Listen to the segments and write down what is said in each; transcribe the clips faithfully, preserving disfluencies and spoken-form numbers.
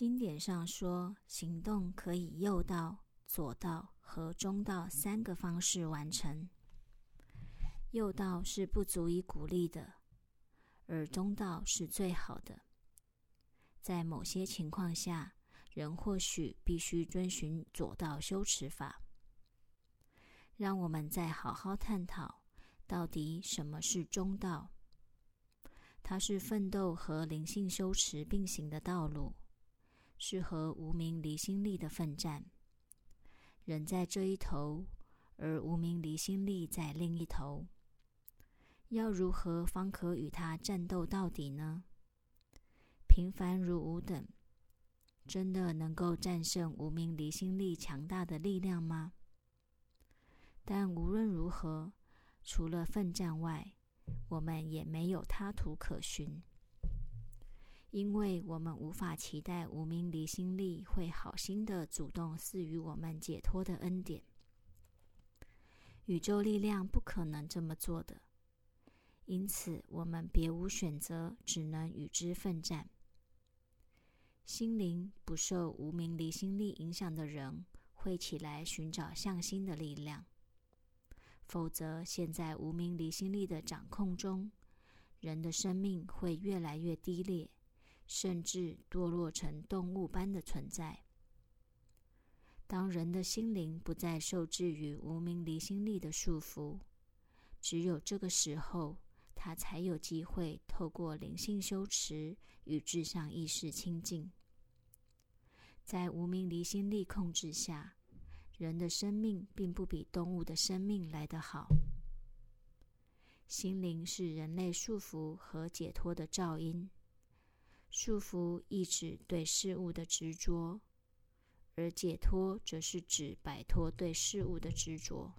经典上说，行动可以右道、左道和中道三个方式完成。右道是不足以鼓励的，而中道是最好的。在某些情况下，人或许必须遵循左道修持法。让我们再好好探讨，到底什么是中道？它是奋斗和灵性修持并行的道路，是和无明离心力的奋战。人在这一头，而无明离心力在另一头。要如何方可与它战斗到底呢？平凡如吾等，真的能够战胜无明离心力强大的力量吗？但无论如何，除了奋战外，我们也没有他途可循，因为我们无法期待无明离心力会好心的主动赐予我们解脱的恩典。宇宙力量不可能这么做的，因此我们别无选择，只能与之奋战。心灵不受无明离心力影响的人，会起来寻找向心的力量。否则，陷在无明离心力的掌控中，人的生命会越来越低劣，甚至堕落成动物般的存在。当人的心灵不再受制于无明离心力的束缚，只有这个时候，他才有机会透过灵性修持与至上意识亲近。在无明离心力控制下，人的生命并不比动物的生命来得好。心灵是人类束缚和解脱的肇因。束缚意指对事物的执着，而解脱则是指摆脱对事物的执着。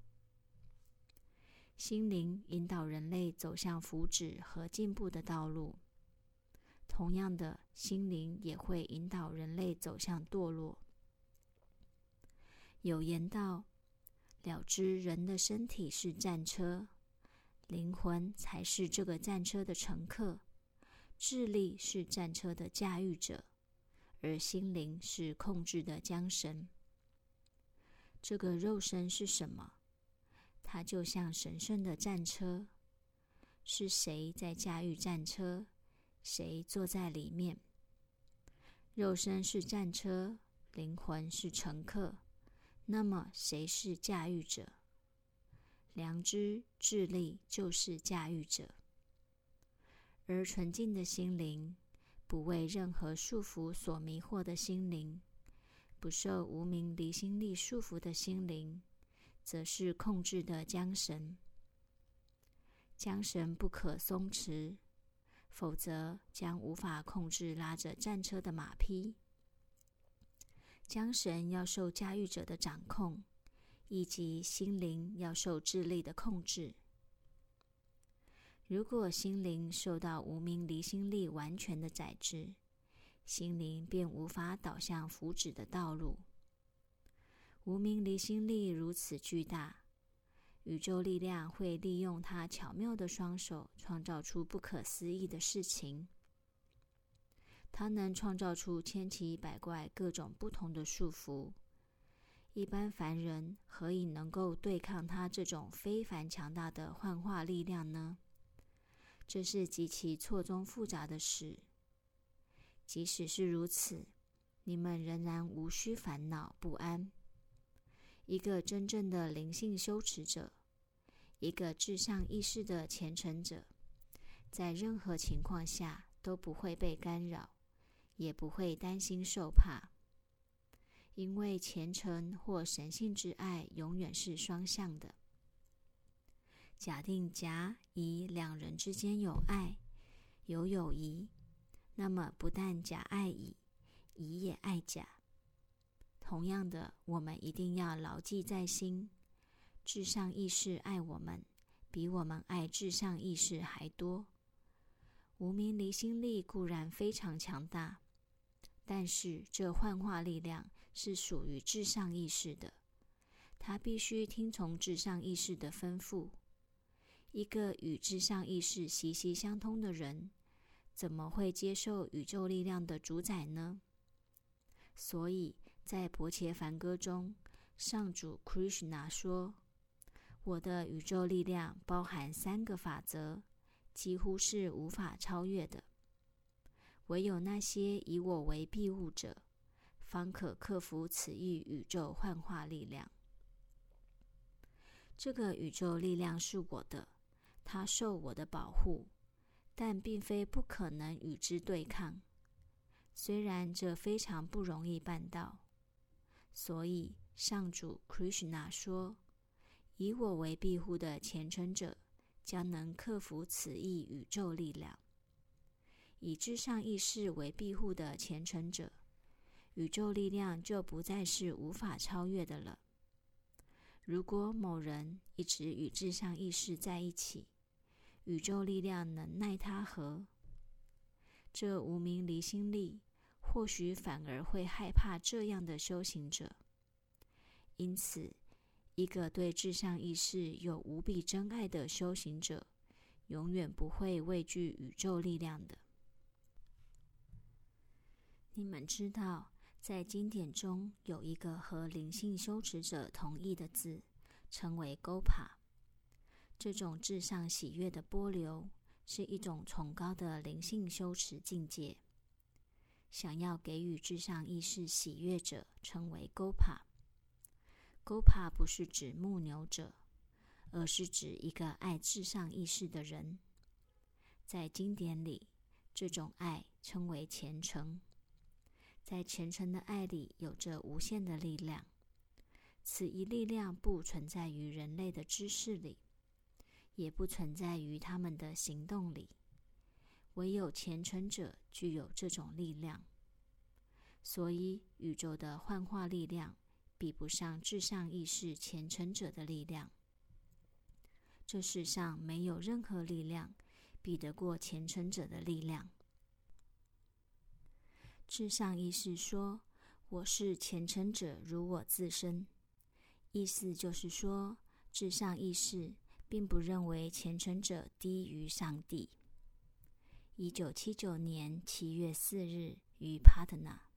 心灵引导人类走向福祉和进步的道路，同样的，心灵也会引导人类走向堕落。有言道，了知人的身体是战车，灵魂才是这个战车的乘客，智力是战车的驾驭者，而心灵是控制的缰绳。这个肉身是什么？它就像神圣的战车，是谁在驾驭战车，谁坐在里面。肉身是战车，灵魂是乘客，那么谁是驾驭者？良知、智力就是驾驭者。而纯净的心灵，不为任何束缚所迷惑的心灵，不受无明离心力束缚的心灵，则是控制的缰绳。缰绳不可松弛，否则将无法控制拉着战车的马匹。缰绳要受驾驭者的掌控，以及心灵要受智力的控制。如果心灵受到无明离心力完全的宰制，心灵便无法导向福祉的道路。无明离心力如此巨大，宇宙力量会利用它巧妙的双手，创造出不可思议的事情。它能创造出千奇百怪各种不同的束缚。一般凡人何以能够对抗它这种非凡强大的幻化力量呢？这是极其错综复杂的事。即使是如此，你们仍然无需烦恼不安。一个真正的灵性修持者，一个至上意识的虔诚者，在任何情况下都不会被干扰，也不会担心受怕，因为虔诚或神性之爱永远是双向的。假定甲、乙两人之间有爱、有友谊，那么不但甲爱乙，乙也爱甲。同样的，我们一定要牢记在心，至上意识爱我们，比我们爱至上意识还多。无明离心力固然非常强大，但是这幻化力量是属于至上意识的，它必须听从至上意识的吩咐。一个与至上意识息息相通的人，怎么会接受宇宙力量的主宰呢？ 所以在薄伽梵歌中，上主 Krishna 说，我的宇宙力量包含三个法则，几乎是无法超越的。唯有那些以我为庇护者，方可克服此一宇宙幻化力量。这个宇宙力量是我的，它受我的保护，但并非不可能与之对抗。虽然这非常不容易办到，所以上主 Krishna 说，以我为庇护的虔诚者将能克服此一宇宙力量。以至上意识为庇护的虔诚者，宇宙力量就不再是无法超越的了。如果某人一直与至上意识在一起，宇宙力量能奈他何？这无名离心力或许反而会害怕这样的修行者。因此，一个对至上意识有无比真爱的修行者，永远不会畏惧宇宙力量的。你们知道，在经典中有一个和灵性修持者同义的字，称为 Gopa。 这种至上喜悦的波流是一种崇高的灵性修持境界。想要给予至上意识喜悦者称为 Gopa。 Gopa 不是指牧牛者，而是指一个爱至上意识的人。在经典里，这种爱称为虔诚。在虔诚的爱里有着无限的力量，此一力量不存在于人类的知识里，也不存在于他们的行动里，唯有虔诚者具有这种力量。所以宇宙的幻化力量比不上至上意识虔诚者的力量。这世上没有任何力量比得过虔诚者的力量。至上意识说，我是虔诚者如我自身，意思就是说，至上意识并不认为虔诚者低于上帝。一九七九年七月四日于帕特纳。